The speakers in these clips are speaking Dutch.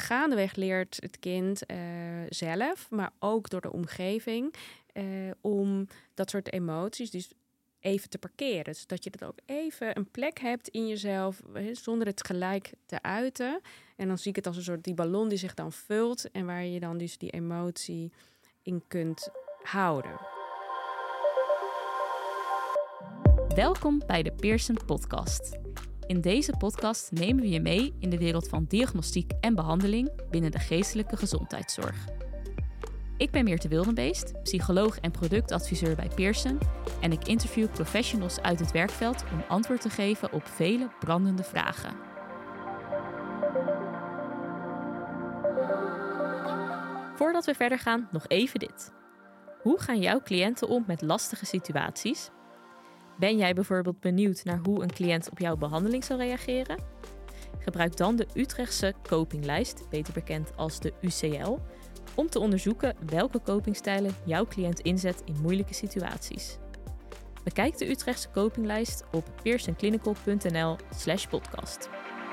gaandeweg leert het kind zelf, maar ook door de omgeving, om dat soort emoties dus even te parkeren. Zodat je dat ook even een plek hebt in jezelf, zonder het gelijk te uiten. En dan zie ik het als een soort die ballon die zich dan vult en waar je dan dus die emotie in kunt houden. Welkom bij de Pearson Podcast. In deze podcast nemen we je mee in de wereld van diagnostiek en behandeling binnen de geestelijke gezondheidszorg. Ik ben Meerte Wildenbeest, psycholoog en productadviseur bij Pearson en ik interview professionals uit het werkveld om antwoord te geven op vele brandende vragen. Voordat we verder gaan, nog even dit. Hoe gaan jouw cliënten om met lastige situaties? Ben jij bijvoorbeeld benieuwd naar hoe een cliënt op jouw behandeling zal reageren? Gebruik dan de Utrechtse copinglijst, beter bekend als de UCL, om te onderzoeken welke copingstijlen jouw cliënt inzet in moeilijke situaties. Bekijk de Utrechtse copinglijst op pearsonclinical.nl/podcast.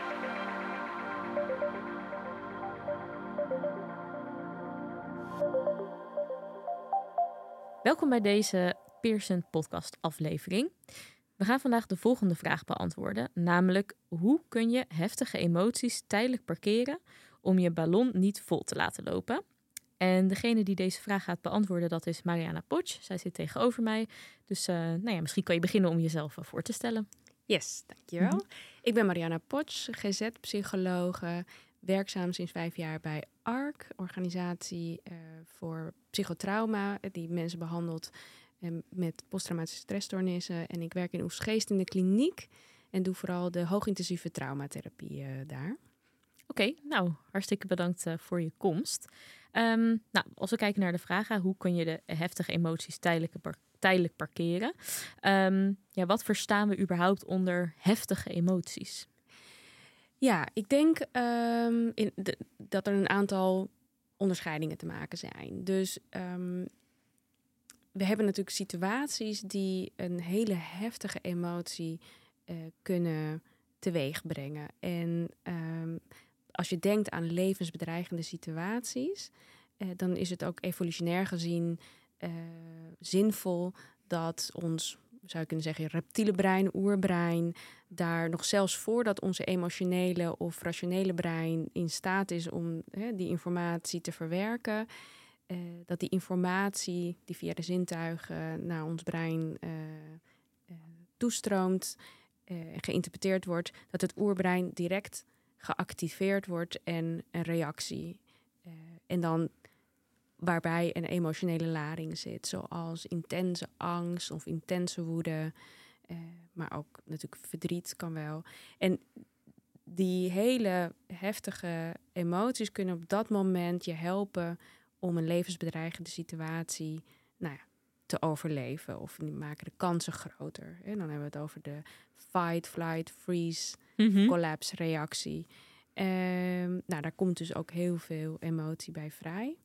Welkom bij deze Pearson podcast aflevering. We gaan vandaag de volgende vraag beantwoorden, namelijk hoe kun je heftige emoties tijdelijk parkeren om je ballon niet vol te laten lopen? En degene die deze vraag gaat beantwoorden, dat is Mariana Potsch. Zij zit tegenover mij, dus misschien kan je beginnen om jezelf voor te stellen. Yes, dankjewel. Ik ben Mariana Potsch, GZ-psychologe, werkzaam sinds 5 jaar bij ARC, organisatie voor psychotrauma, die mensen behandelt met posttraumatische stressstoornissen. En ik werk in Oegstgeest in de kliniek en doe vooral de hoogintensieve traumatherapie daar. Oké, hartstikke bedankt voor je komst. Als we kijken naar de vraag, hoe kun je de heftige emoties tijdelijk parkeren? Wat verstaan we überhaupt onder heftige emoties? Ja, ik denk dat er een aantal onderscheidingen te maken zijn. Dus we hebben natuurlijk situaties die een hele heftige emotie kunnen teweegbrengen. En als je denkt aan levensbedreigende situaties, dan is het ook evolutionair gezien zinvol dat ons, zou je kunnen zeggen, reptiele brein, oerbrein, daar nog zelfs voordat onze emotionele of rationele brein in staat is om die informatie te verwerken, dat die informatie die via de zintuigen naar ons brein toestroomt, geïnterpreteerd wordt, dat het oerbrein direct geactiveerd wordt en een reactie. En dan waarbij een emotionele lading zit, zoals intense angst of intense woede, maar ook natuurlijk verdriet kan wel. En die hele heftige emoties kunnen op dat moment je helpen om een levensbedreigende situatie te overleven. Of die maken de kansen groter. En dan hebben we het over de fight, flight, freeze, collapse reactie. Daar komt dus ook heel veel emotie bij vrij.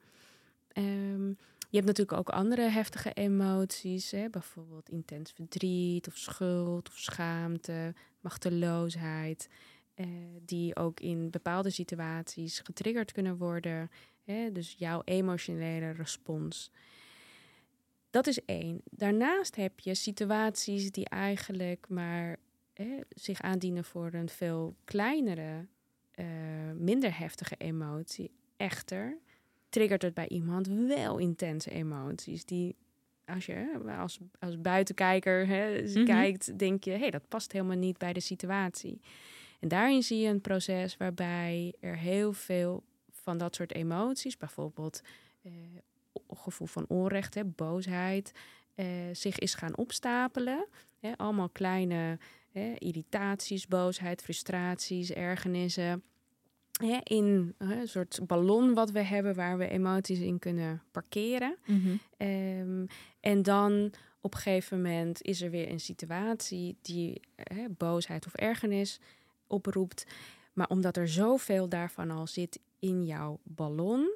Je hebt natuurlijk ook andere heftige emoties. Bijvoorbeeld intens verdriet of schuld of schaamte, machteloosheid. Die ook in bepaalde situaties getriggerd kunnen worden. Dus jouw emotionele respons. Dat is 1. Daarnaast heb je situaties die eigenlijk maar zich aandienen voor een veel kleinere, minder heftige emotie. Echter triggert het bij iemand wel intense emoties. Die als je als buitenkijker kijkt, denk je, dat past helemaal niet bij de situatie. En daarin zie je een proces waarbij er heel veel van dat soort emoties, bijvoorbeeld gevoel van onrecht, boosheid, zich is gaan opstapelen. Allemaal kleine irritaties, boosheid, frustraties, ergernissen. In een soort ballon wat we hebben waar we emoties in kunnen parkeren. En dan op een gegeven moment is er weer een situatie die boosheid of ergernis oproept. Maar omdat er zoveel daarvan al zit in jouw ballon,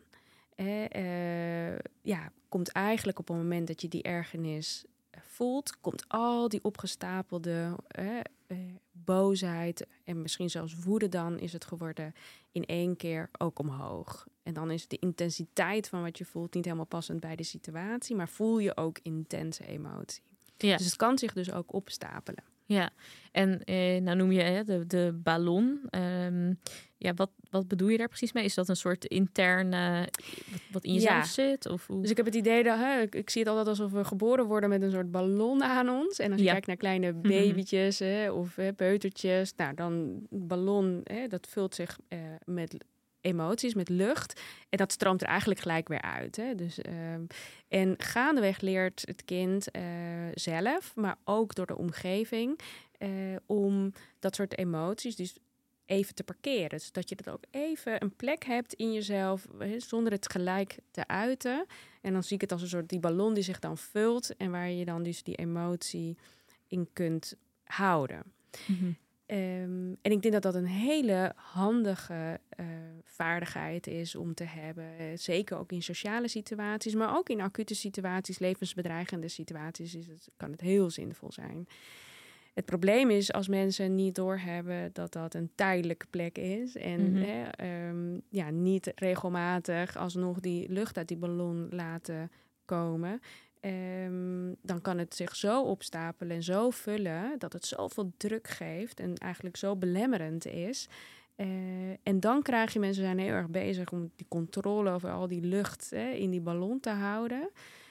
komt eigenlijk op het moment dat je die ergernis voelt, komt al die opgestapelde boosheid en misschien zelfs woede dan is het geworden in één keer ook omhoog. En dan is de intensiteit van wat je voelt niet helemaal passend bij de situatie, maar voel je ook intense emotie. Ja. Dus het kan zich dus ook opstapelen. Ja, en nou noem je de ballon. Wat bedoel je daar precies mee? Is dat een soort interne, wat in jezelf zit? Of hoe? Dus ik heb het idee dat, ik zie het altijd alsof we geboren worden met een soort ballon aan ons. En als je kijkt naar kleine babytjes of peutertjes, nou dan ballon, dat vult zich met emoties, met lucht. En dat stroomt er eigenlijk gelijk weer uit. Hè? Dus, en gaandeweg leert het kind zelf, maar ook door de omgeving, om dat soort emoties dus even te parkeren. Dus dat je dat ook even een plek hebt in jezelf, zonder het gelijk te uiten. En dan zie ik het als een soort die ballon die zich dan vult en waar je dan dus die emotie in kunt houden. Mm-hmm. En ik denk dat dat een hele handige vaardigheid is om te hebben. Zeker ook in sociale situaties, maar ook in acute situaties, levensbedreigende situaties kan het heel zinvol zijn. Het probleem is als mensen niet doorhebben dat dat een tijdelijke plek is. En niet regelmatig alsnog die lucht uit die ballon laten komen. Dan kan het zich zo opstapelen en zo vullen dat het zoveel druk geeft en eigenlijk zo belemmerend is. En dan krijg je mensen zijn heel erg bezig om die controle over al die lucht in die ballon te houden.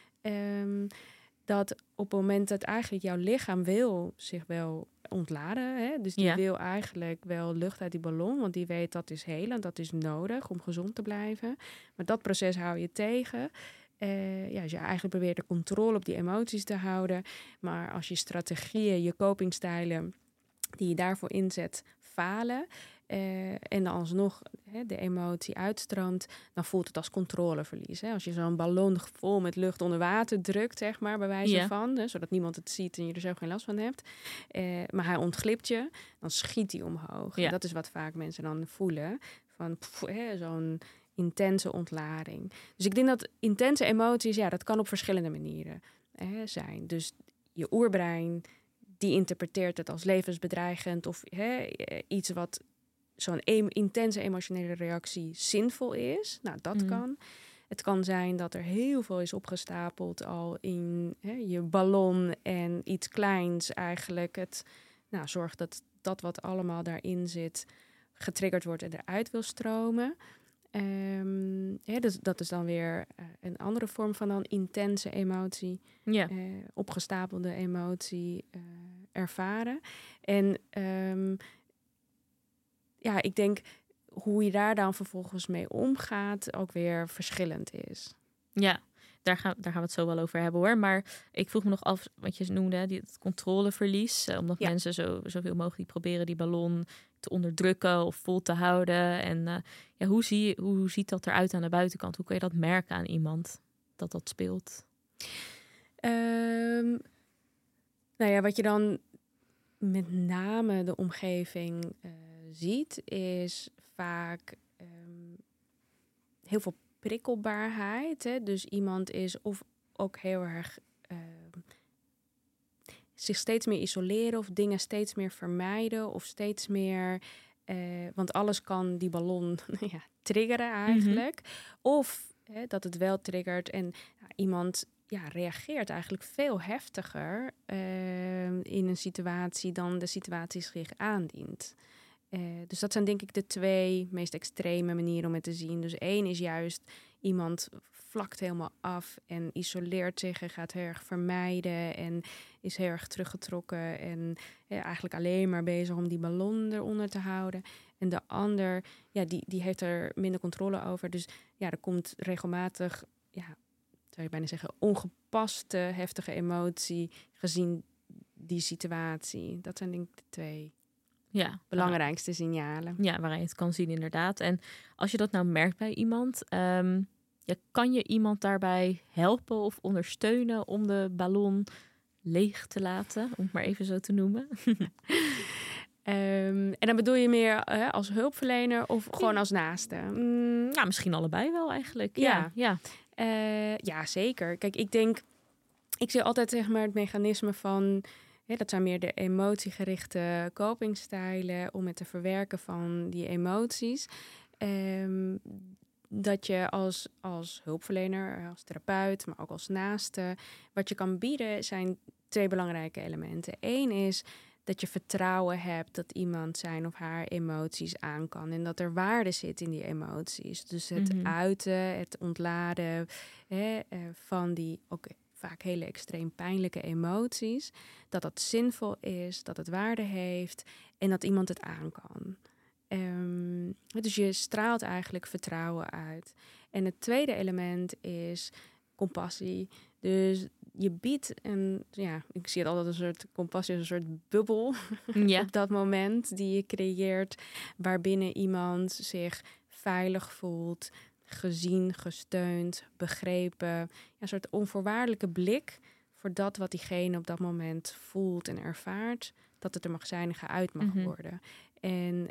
Dat op het moment dat eigenlijk jouw lichaam wil zich wel ontladen. Dus die wil eigenlijk wel lucht uit die ballon. Want die weet dat is helend, dat is nodig om gezond te blijven. Maar dat proces hou je tegen. Dus je eigenlijk probeert de controle op die emoties te houden. Maar als je strategieën, je copingstijlen die je daarvoor inzet, falen. En dan alsnog de emotie uitstroomt, dan voelt het als controleverlies. Hè? Als je zo'n ballon vol met lucht onder water drukt, zeg maar, bij wijze van, zodat niemand het ziet en je er zo geen last van hebt. Maar hij ontglipt je, dan schiet hij omhoog. Ja. En dat is wat vaak mensen dan voelen, van zo'n intense ontlading. Dus ik denk dat intense emoties, dat kan op verschillende manieren zijn. Dus je oerbrein, die interpreteert het als levensbedreigend of iets wat zo'n intense emotionele reactie zinvol is. Nou, dat kan. Het kan zijn dat er heel veel is opgestapeld al in je ballon en iets kleins eigenlijk het zorgt dat wat allemaal daarin zit getriggerd wordt en eruit wil stromen. Dus dat is dan weer een andere vorm van dan intense emotie, opgestapelde emotie ervaren. En ik denk hoe je daar dan vervolgens mee omgaat ook weer verschillend is. Ja, daar gaan we het zo wel over hebben hoor. Maar ik vroeg me nog af, wat je noemde, het controleverlies. Omdat mensen zoveel mogelijk proberen die ballon te onderdrukken of vol te houden. En hoe ziet dat eruit aan de buitenkant? Hoe kun je dat merken aan iemand dat speelt? Wat je dan met name de omgeving ziet, is vaak heel veel prikkelbaarheid. Hè? Dus iemand is of ook heel erg zich steeds meer isoleren of dingen steeds meer vermijden of steeds meer, want alles kan die ballon triggeren eigenlijk. Of dat het wel triggert en iemand reageert eigenlijk veel heftiger in een situatie dan de situatie zich aandient. Dus dat zijn denk ik de twee meest extreme manieren om het te zien. Dus één is juist iemand vlakt helemaal af en isoleert zich en gaat heel erg vermijden en is heel erg teruggetrokken en eigenlijk alleen maar bezig om die ballon eronder te houden. En de ander, die heeft er minder controle over. Dus er komt regelmatig, zou je bijna zeggen, ongepaste, heftige emotie gezien die situatie. Dat zijn denk ik de twee belangrijkste signalen. Ja, waarin je het kan zien inderdaad. En als je dat nou merkt bij iemand, kan je iemand daarbij helpen of ondersteunen om de ballon leeg te laten, om het maar even zo te noemen? En dan bedoel je meer als hulpverlener of gewoon als naaste? Misschien allebei wel eigenlijk. Ja, zeker. Kijk, ik zie altijd zeg maar het mechanisme van Dat zijn meer de emotiegerichte copingstijlen om het te verwerken van die emoties. Dat je als hulpverlener, als therapeut, maar ook als naaste, wat je kan bieden zijn 2 belangrijke elementen. Eén is dat je vertrouwen hebt dat iemand zijn of haar emoties aan kan. En dat er waarde zit in die emoties. Dus het uiten, het ontladen van die ook vaak hele extreem pijnlijke emoties. Dat zinvol is, dat het waarde heeft en dat iemand het aan kan. Dus je straalt eigenlijk vertrouwen uit. En het tweede element is compassie. Dus je biedt ik zie het altijd als een soort compassie, als een soort bubbel op dat moment die je creëert, waarbinnen iemand zich veilig voelt, gezien, gesteund, begrepen. Een soort onvoorwaardelijke blik voor dat wat diegene op dat moment voelt en ervaart, dat het er mag zijn en geuit mag worden. En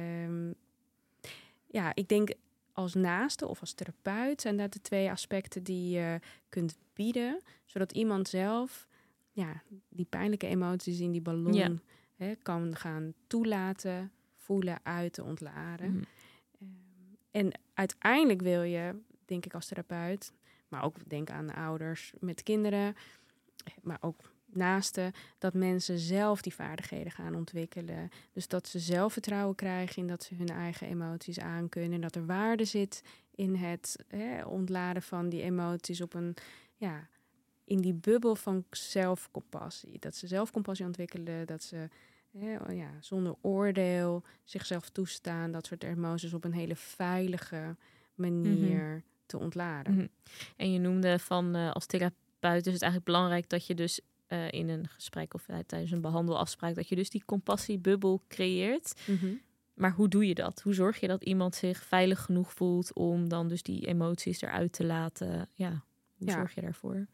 ik denk als naaste of als therapeut zijn dat de 2 aspecten die je kunt bieden, zodat iemand zelf die pijnlijke emoties in die ballon kan gaan toelaten, voelen, uiten, ontladen. En uiteindelijk wil je, denk ik als therapeut, maar ook denk aan ouders met kinderen, maar ook naasten, dat mensen zelf die vaardigheden gaan ontwikkelen. Dus dat ze zelfvertrouwen krijgen in dat ze hun eigen emoties aankunnen. En dat er waarde zit in het ontladen van die emoties op in die bubbel van zelfcompassie. Dat ze zelfcompassie ontwikkelen, dat ze zonder oordeel zichzelf toestaan, dat soort emoties op een hele veilige manier te ontladen. En je noemde van als therapeut is het eigenlijk belangrijk dat je dus in een gesprek of tijdens een behandelafspraak, dat je dus die compassiebubbel creëert. Maar hoe doe je dat? Hoe zorg je dat iemand zich veilig genoeg voelt om dan dus die emoties eruit te laten? Hoe zorg je daarvoor?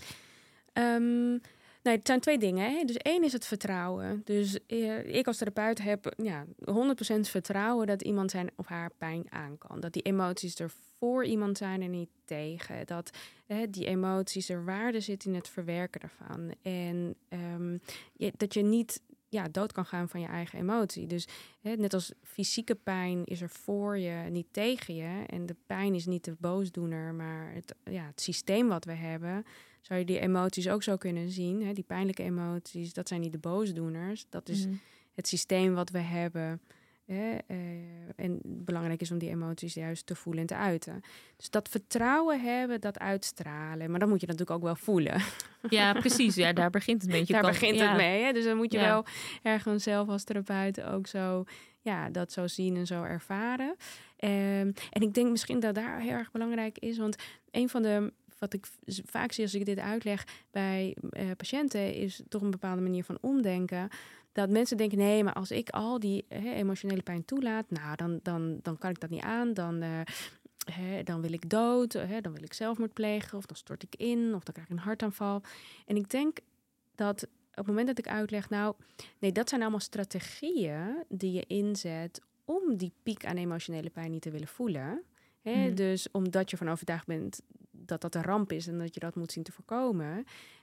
Het zijn 2 dingen. Hè? Dus 1 is het vertrouwen. Dus ik als therapeut heb 100% vertrouwen dat iemand zijn of haar pijn aan kan. Dat die emoties er voor iemand zijn en niet tegen. Dat die emoties er waarde zit in het verwerken ervan. En dat je niet dood kan gaan van je eigen emotie. Dus net als fysieke pijn is er voor je, niet tegen je. En de pijn is niet de boosdoener, maar het systeem wat we hebben. Zou je die emoties ook zo kunnen zien. Die pijnlijke emoties, dat zijn niet de boosdoeners. Dat is het systeem wat we hebben. En belangrijk is om die emoties juist te voelen en te uiten. Dus dat vertrouwen hebben, dat uitstralen. Maar dan moet je natuurlijk ook wel voelen. Ja, precies. Ja, daar begint het mee. Daar begint het mee. Hè? Dus dan moet je wel ergens zelf als therapeut ook zo dat zo zien en zo ervaren. En ik denk misschien dat daar heel erg belangrijk is. Want een van de wat ik vaak zie als ik dit uitleg bij patiënten, is toch een bepaalde manier van omdenken. Dat mensen denken, nee, maar als ik al die emotionele pijn toelaat, dan kan ik dat niet aan. Dan wil ik dood, dan wil ik zelfmoord plegen, of dan stort ik in, of dan krijg ik een hartaanval. En ik denk dat op het moment dat ik uitleg, dat zijn allemaal strategieën die je inzet om die piek aan emotionele pijn niet te willen voelen. Dus omdat je van overtuigd bent dat dat een ramp is en dat je dat moet zien te voorkomen,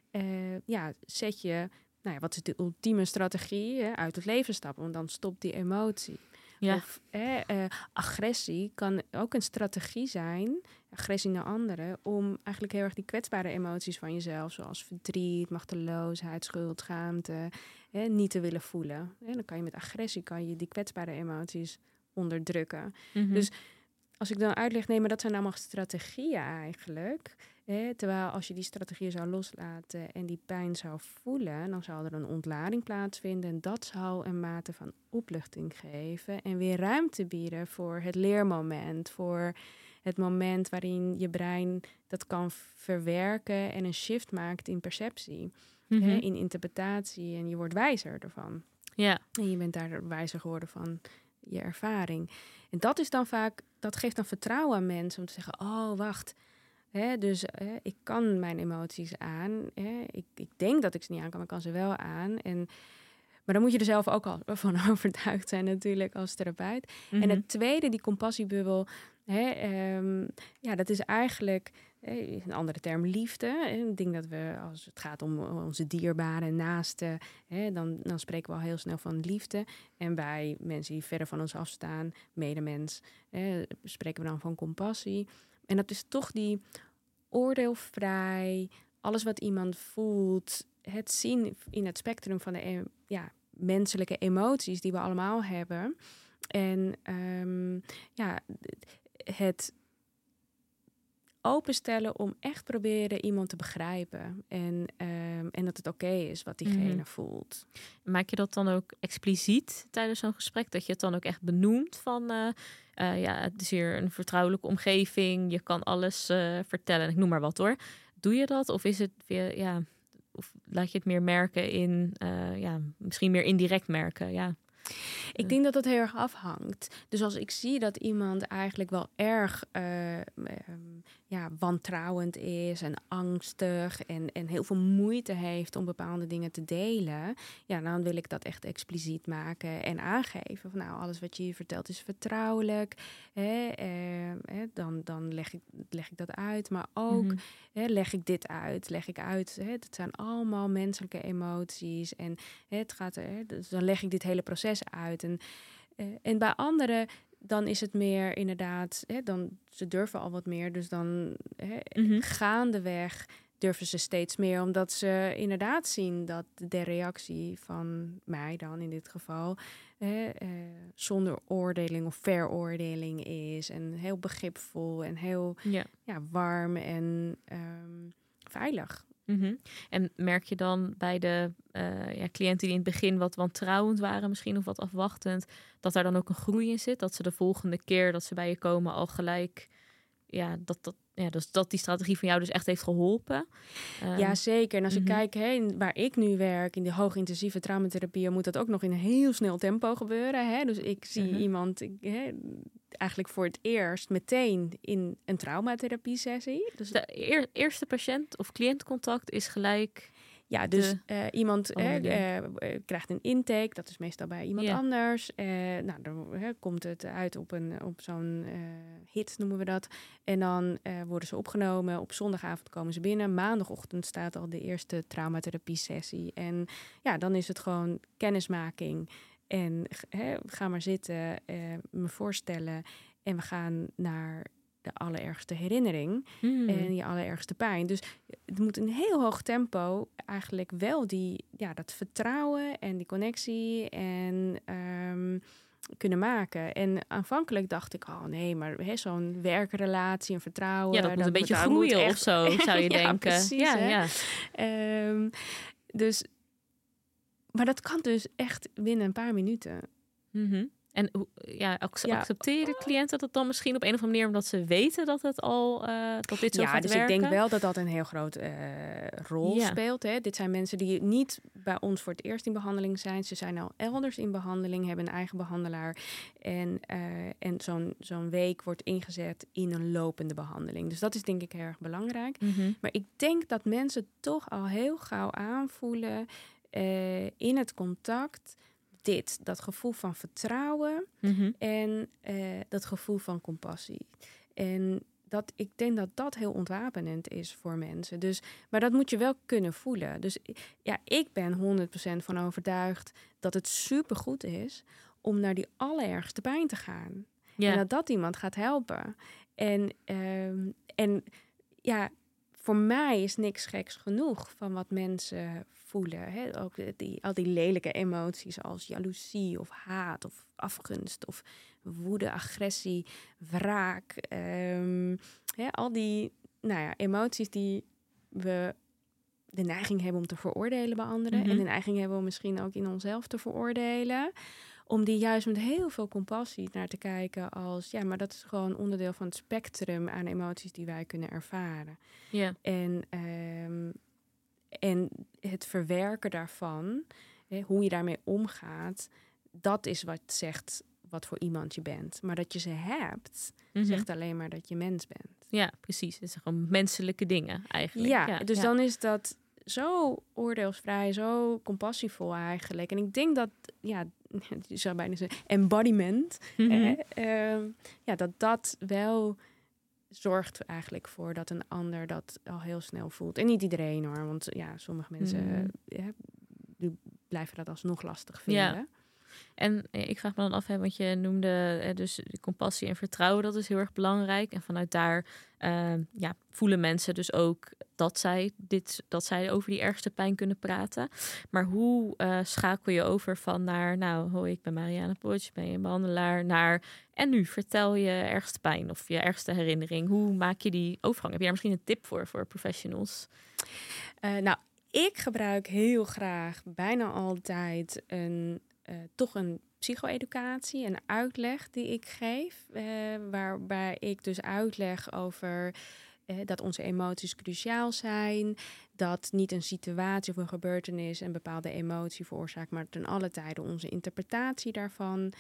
zet je, wat is de ultieme strategie? Uit het leven stappen, want dan stopt die emotie. Ja. Of agressie kan ook een strategie zijn, agressie naar anderen, om eigenlijk heel erg die kwetsbare emoties van jezelf, zoals verdriet, machteloosheid, schuld, schaamte, niet te willen voelen. Dan kan je met agressie die kwetsbare emoties onderdrukken. Dus als ik dan uitleg, maar dat zijn allemaal strategieën eigenlijk. Terwijl als je die strategieën zou loslaten en die pijn zou voelen, dan zou er een ontlading plaatsvinden. En dat zou een mate van opluchting geven en weer ruimte bieden voor het leermoment. Voor het moment waarin je brein dat kan verwerken en een shift maakt in perceptie. In interpretatie, en je wordt wijzer ervan. Ja. En je bent daar wijzer geworden van je ervaring. En dat is dan vaak, dat geeft dan vertrouwen aan mensen om te zeggen, oh, wacht. Dus ik kan mijn emoties aan. Ik denk dat ik ze niet aan kan, maar ik kan ze wel aan. Maar dan moet je er zelf ook al van overtuigd zijn natuurlijk als therapeut. En het tweede, die compassiebubbel, dat is eigenlijk een andere term liefde. Ik denk dat we, als het gaat om onze dierbaren, naasten, dan spreken we al heel snel van liefde. En bij mensen die verder van ons afstaan, medemens, spreken we dan van compassie. En dat is toch die oordeelvrij, alles wat iemand voelt, het zien in het spectrum van de menselijke emoties die we allemaal hebben. En het openstellen om echt proberen iemand te begrijpen. En dat het oké is wat diegene voelt. Maak je dat dan ook expliciet tijdens zo'n gesprek? Dat je het dan ook echt benoemt van... het is hier een vertrouwelijke omgeving. Je kan alles vertellen. Ik noem maar wat hoor. Doe je dat? Of is het weer... of laat je het meer merken in... misschien meer indirect merken, ja. Ik denk dat dat heel erg afhangt. Dus als ik zie dat iemand eigenlijk wel erg wantrouwend is en angstig en heel veel moeite heeft om bepaalde dingen te delen, dan wil ik dat echt expliciet maken en aangeven. Van, alles wat je hier vertelt is vertrouwelijk. Dan leg ik dat uit. Maar ook leg ik dit uit. Leg ik uit. Het zijn allemaal menselijke emoties. En het gaat dus dan leg ik dit hele proces uit. En bij anderen, dan is het meer inderdaad, dan ze durven al wat meer. Dus dan gaandeweg durven ze steeds meer. Omdat ze inderdaad zien dat de reactie van mij dan in dit geval zonder oordeling of veroordeling is. En heel begripvol en heel warm en veilig. En merk je dan bij de cliënten die in het begin wat wantrouwend waren, misschien of wat afwachtend, dat daar dan ook een groei in zit? Dat ze de volgende keer dat ze bij je komen al gelijk, dat die strategie van jou dus echt heeft geholpen? Ja, zeker. En als ik kijk waar ik nu werk, in de hoogintensieve traumatherapie, moet dat ook nog in een heel snel tempo gebeuren. Dus ik zie iemand eigenlijk voor het eerst meteen in een traumatherapie-sessie. Dus de eerste patiënt of cliëntcontact is gelijk... Ja, dus iemand krijgt een intake. Dat is meestal bij iemand anders. Dan komt het uit op zo'n hit, noemen we dat. En dan worden ze opgenomen. Op zondagavond komen ze binnen. Maandagochtend staat al de eerste traumatherapie-sessie. En dan is het gewoon kennismaking. En ga maar zitten, me voorstellen. En we gaan naar de allerergste herinnering en je allerergste pijn. Dus het moet een heel hoog tempo eigenlijk wel dat vertrouwen en die connectie en kunnen maken. En aanvankelijk dacht ik, maar zo'n werkrelatie en vertrouwen... Ja, dat moet een beetje groeien of zo, zou je denken. Precies, dus, maar dat kan dus echt binnen een paar minuten. En accepteren cliënten dat dan misschien op een of andere manier, omdat ze weten dat het al dat dit zo gaat dus werken? Ik denk wel dat dat een heel groot rol speelt. Dit zijn mensen die niet bij ons voor het eerst in behandeling zijn. Ze zijn al elders in behandeling, hebben een eigen behandelaar. En zo'n week wordt ingezet in een lopende behandeling. Dus dat is denk ik heel erg belangrijk. Maar ik denk dat mensen toch al heel gauw aanvoelen in het contact dat gevoel van vertrouwen en dat gevoel van compassie. En ik denk dat dat heel ontwapenend is voor mensen. Dus, maar dat moet je wel kunnen voelen. Dus ik ben 100% van overtuigd dat het supergoed is om naar die allerergste pijn te gaan. Ja. En dat iemand gaat helpen. En voor mij is niks geks genoeg van wat mensen voelen. Ook al die lelijke emoties als jaloezie of haat of afgunst of woede, agressie, wraak. Al die emoties die we de neiging hebben om te veroordelen bij anderen. En de neiging hebben om misschien ook in onszelf te veroordelen. Om die juist met heel veel compassie naar te kijken als... maar dat is gewoon onderdeel van het spectrum aan emoties die wij kunnen ervaren. Ja. En het verwerken daarvan, hoe je daarmee omgaat... dat is wat zegt wat voor iemand je bent. Maar dat je ze hebt, zegt alleen maar dat je mens bent. Ja, precies. Het zijn gewoon menselijke dingen eigenlijk. Ja, dus dan is dat zo oordeelsvrij, zo compassievol eigenlijk. En ik denk dat, je zou bijna zeggen, embodiment, dat wel zorgt eigenlijk voor dat een ander dat al heel snel voelt. En niet iedereen hoor, want sommige mensen die blijven dat alsnog lastig vinden. Ja. En ik vraag me dan af, want je noemde dus compassie en vertrouwen, dat is heel erg belangrijk. En vanuit daar voelen mensen dus ook dat zij over die ergste pijn kunnen praten. Maar hoe schakel je over van naar, hoi, ik ben Marianne Potsch, ben je een behandelaar, naar en nu vertel je ergste pijn of je ergste herinnering. Hoe maak je die overgang? Heb je daar misschien een tip voor professionals? Ik gebruik heel graag bijna altijd toch een psycho-educatie, een uitleg die ik geef. Waarbij ik dus uitleg over dat onze emoties cruciaal zijn. Dat niet een situatie of een gebeurtenis een bepaalde emotie veroorzaakt, maar ten alle tijde onze interpretatie daarvan.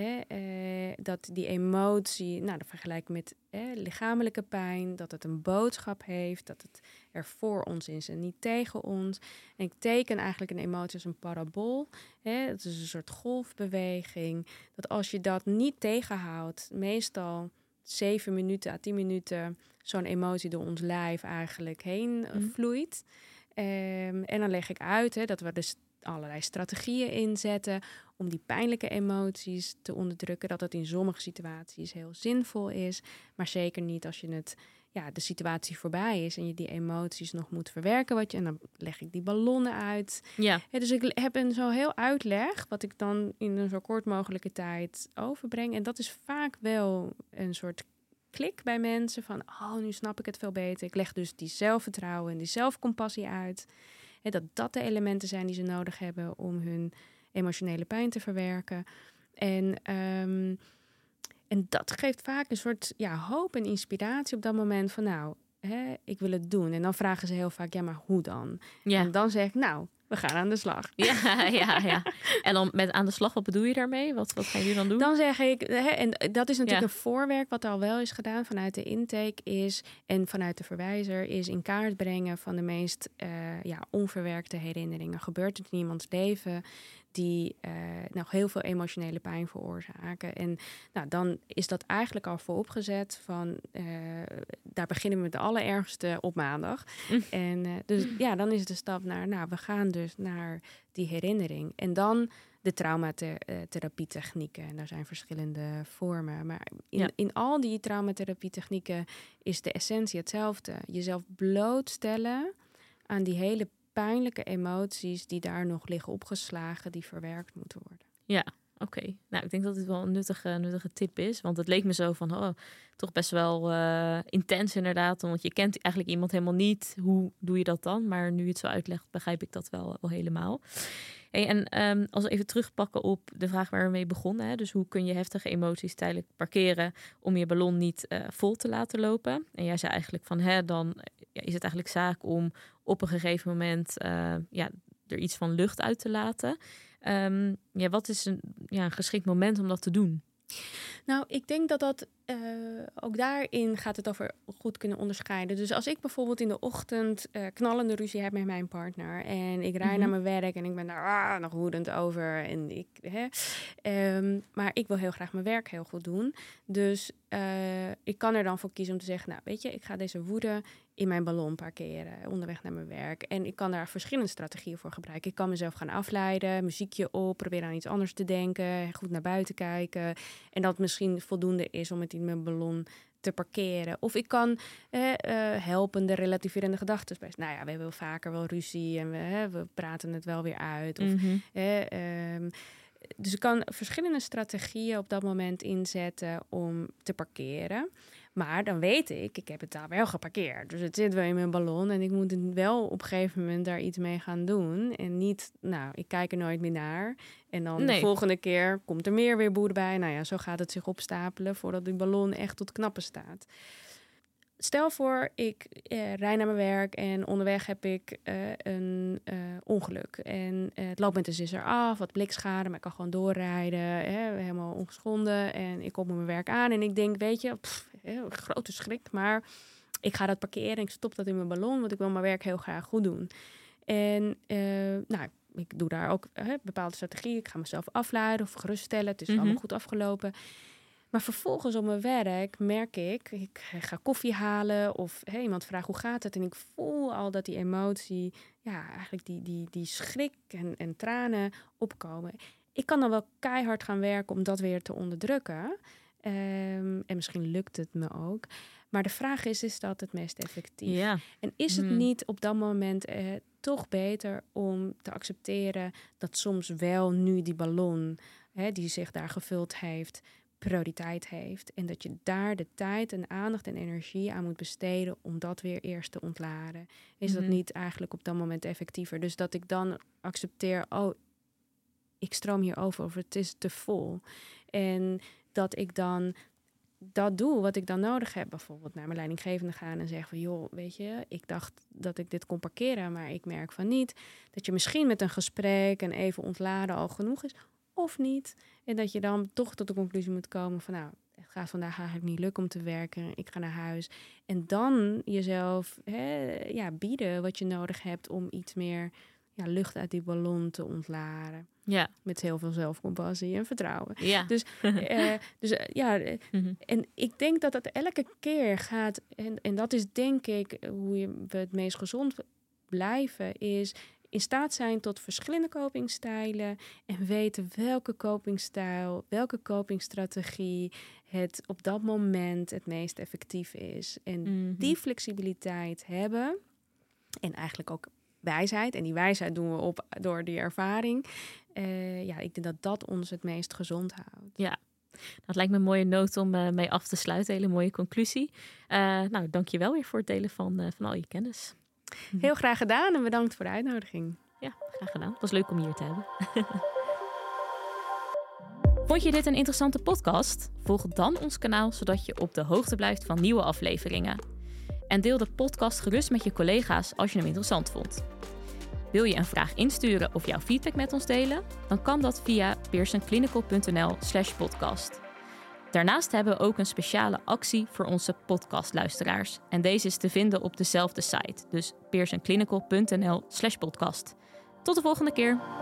Dat die emotie, dat vergelijk ik met lichamelijke pijn, dat het een boodschap heeft, dat het er voor ons is en niet tegen ons. En ik teken eigenlijk een emotie als een parabool. Het is een soort golfbeweging. Dat als je dat niet tegenhoudt, meestal 7 minuten à 10 minuten zo'n emotie door ons lijf eigenlijk heen vloeit. En dan leg ik uit dat we dus allerlei strategieën inzetten om die pijnlijke emoties te onderdrukken. Dat het in sommige situaties heel zinvol is, maar zeker niet als je de situatie voorbij is en je die emoties nog moet verwerken. En dan leg ik die ballonnen uit. Ja. Dus ik heb een zo heel uitleg, wat ik dan in een zo kort mogelijke tijd overbreng. En dat is vaak wel een soort klik bij mensen van, nu snap ik het veel beter. Ik leg dus die zelfvertrouwen en die zelfcompassie uit. Dat de elementen zijn die ze nodig hebben om hun emotionele pijn te verwerken. En dat geeft vaak een soort hoop en inspiratie op dat moment van ik wil het doen. En dan vragen ze heel vaak, maar hoe dan? Ja. En dan zeg ik, we gaan aan de slag. Ja. En dan met aan de slag, wat bedoel je daarmee? Wat ga je dan doen? Dan zeg ik, en dat is natuurlijk een voorwerk wat al wel is gedaan vanuit de intake en vanuit de verwijzer, is in kaart brengen van de meest onverwerkte herinneringen. Gebeurt het in iemands leven die nog heel veel emotionele pijn veroorzaken. En dan is dat eigenlijk al vooropgezet van, daar beginnen we met de allerergste op maandag. En dus dan is de stap naar, we gaan dus naar die herinnering. En dan de traumatherapietechnieken. En daar zijn verschillende vormen. Maar in al die traumatherapietechnieken is de essentie hetzelfde. Jezelf blootstellen aan die hele pijnlijke emoties die daar nog liggen opgeslagen, die verwerkt moeten worden. Ja, oké. Ik denk dat dit wel een nuttige tip is. Want het leek me zo van, toch best wel intens inderdaad. Want je kent eigenlijk iemand helemaal niet. Hoe doe je dat dan? Maar nu je het zo uitlegt, begrijp ik dat wel helemaal. Hey, en als we even terugpakken op de vraag waar we mee begonnen. Dus hoe kun je heftige emoties tijdelijk parkeren om je ballon niet vol te laten lopen? En jij zei eigenlijk van, dan is het eigenlijk zaak om op een gegeven moment er iets van lucht uit te laten. Wat is een geschikt moment om dat te doen? Ik denk dat ook daarin gaat het over goed kunnen onderscheiden. Dus als ik bijvoorbeeld in de ochtend knallende ruzie heb met mijn partner en ik rijd naar mijn werk en ik ben daar nog woedend over. Maar ik wil heel graag mijn werk heel goed doen. Dus ik kan er dan voor kiezen om te zeggen, weet je, ik ga deze woede in mijn ballon parkeren onderweg naar mijn werk. En ik kan daar verschillende strategieën voor gebruiken. Ik kan mezelf gaan afleiden, muziekje op, proberen aan iets anders te denken, goed naar buiten kijken. En dat misschien voldoende is om het in mijn ballon te parkeren. Of ik kan helpende, relativerende gedachten. We hebben wel vaker wel ruzie en we praten het wel weer uit. Of, dus ik kan verschillende strategieën op dat moment inzetten om te parkeren. Maar dan weet ik heb het daar wel geparkeerd. Dus het zit wel in mijn ballon en ik moet wel op een gegeven moment daar iets mee gaan doen. En niet, ik kijk er nooit meer naar. En dan de volgende keer komt er meer weer woede bij. Zo gaat het zich opstapelen voordat die ballon echt tot knappen staat. Stel voor, ik rijd naar mijn werk en onderweg heb ik een ongeluk. En het loopt met de sisser af, wat blikschade, maar ik kan gewoon doorrijden. Helemaal ongeschonden. En ik kom op mijn werk aan en ik denk, weet je, grote schrik. Maar ik ga dat parkeren en ik stop dat in mijn ballon, want ik wil mijn werk heel graag goed doen. En ik doe daar ook bepaalde strategieën. Ik ga mezelf afleiden of geruststellen. Het is allemaal goed afgelopen. Maar vervolgens op mijn werk merk ik ga koffie halen of iemand vraagt hoe gaat het? En ik voel al dat die emotie, eigenlijk die schrik en tranen opkomen. Ik kan dan wel keihard gaan werken om dat weer te onderdrukken. En misschien lukt het me ook. Maar de vraag is dat het meest effectief? Ja. En is het niet op dat moment toch beter om te accepteren dat soms wel nu die ballon die zich daar gevuld heeft, prioriteit heeft. En dat je daar de tijd en aandacht en energie aan moet besteden om dat weer eerst te ontladen. Is dat niet eigenlijk op dat moment effectiever? Dus dat ik dan accepteer, ik stroom hier over of het is te vol. En dat ik dan dat doe wat ik dan nodig heb. Bijvoorbeeld naar mijn leidinggevende gaan en zeggen van, joh, weet je, ik dacht dat ik dit kon parkeren, maar ik merk van niet. Dat je misschien met een gesprek en even ontladen al genoeg is, of niet. En dat je dan toch tot de conclusie moet komen van, nou, het gaat vandaag eigenlijk niet lukken om te werken. Ik ga naar huis. En dan jezelf bieden wat je nodig hebt om iets meer lucht uit die ballon te ontladen. Ja. Met heel veel zelfcompassie en vertrouwen. Ja. En ik denk dat dat elke keer gaat. En dat is denk ik hoe we het meest gezond blijven, is in staat zijn tot verschillende copingstijlen en weten welke copingstijl, welke copingstrategie het op dat moment het meest effectief is. En die flexibiliteit hebben en eigenlijk ook wijsheid. En die wijsheid doen we op door die ervaring. Ik denk dat dat ons het meest gezond houdt. Ja, dat lijkt me een mooie noot om mee af te sluiten. Hele mooie conclusie. Dank je wel weer voor het delen van al je kennis. Heel graag gedaan en bedankt voor de uitnodiging. Ja, graag gedaan. Het was leuk om hier te hebben. Vond je dit een interessante podcast? Volg dan ons kanaal, zodat je op de hoogte blijft van nieuwe afleveringen. En deel de podcast gerust met je collega's als je hem interessant vond. Wil je een vraag insturen of jouw feedback met ons delen? Dan kan dat via pearsonclinical.nl/podcast. Daarnaast hebben we ook een speciale actie voor onze podcastluisteraars. En deze is te vinden op dezelfde site, dus pearsonclinical.nl/podcast. Tot de volgende keer!